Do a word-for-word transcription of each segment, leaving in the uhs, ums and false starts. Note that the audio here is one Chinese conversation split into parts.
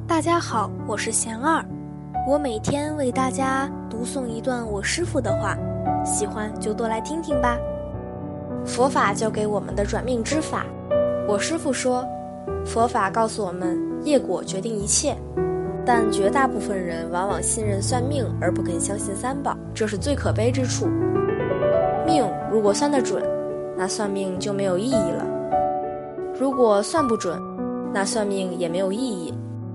大家好，我是贤二，我每天为大家读诵一段我师父的话，喜欢就多来听听吧。佛法教给我们的转命之法，我师父说，佛法告诉我们业果决定一切，但绝大部分人往往信任算命而不肯相信三宝，这是最可悲之处。命如果算得准，那算命就没有意义了；如果算不准，那算命也没有意义。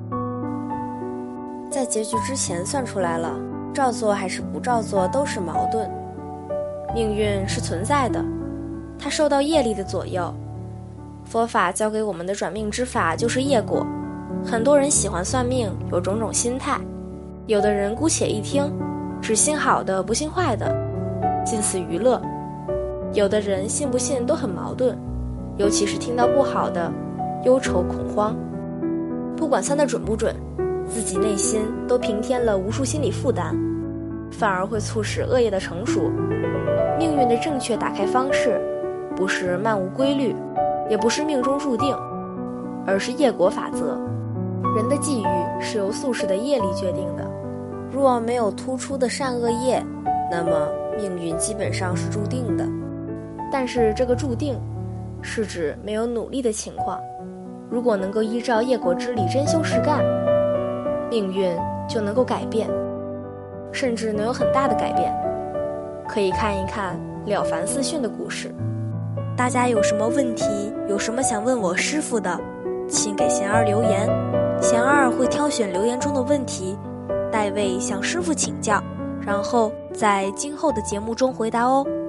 在结局之前算出来了，照做还是不照做都是矛盾。命运是存在的，它受到业力的左右。佛法教给我们的转命之法就是业果。很多人喜欢算命，有种种心态，有的人姑且一听，只信好的不信坏的，仅此娱乐；有的人信不信都很矛盾，尤其是听到不好的，忧愁恐慌。不管算得准不准，自己内心都平添了无数心理负担，反而会促使恶业的成熟。命运的正确打开方式，不是漫无规律，也不是命中注定，而是业果法则。人的际遇是由宿世的业力决定的，若没有突出的善恶业，那么命运基本上是注定的。但是这个注定是指没有努力的情况，如果能够依照业果之理真修实干，命运就能够改变，甚至能有很大的改变。可以看一看《了凡四训》的故事。大家有什么问题，有什么想问我师父的，请给贤儿留言，贤儿会挑选留言中的问题，代为向师父请教，然后在今后的节目中回答哦。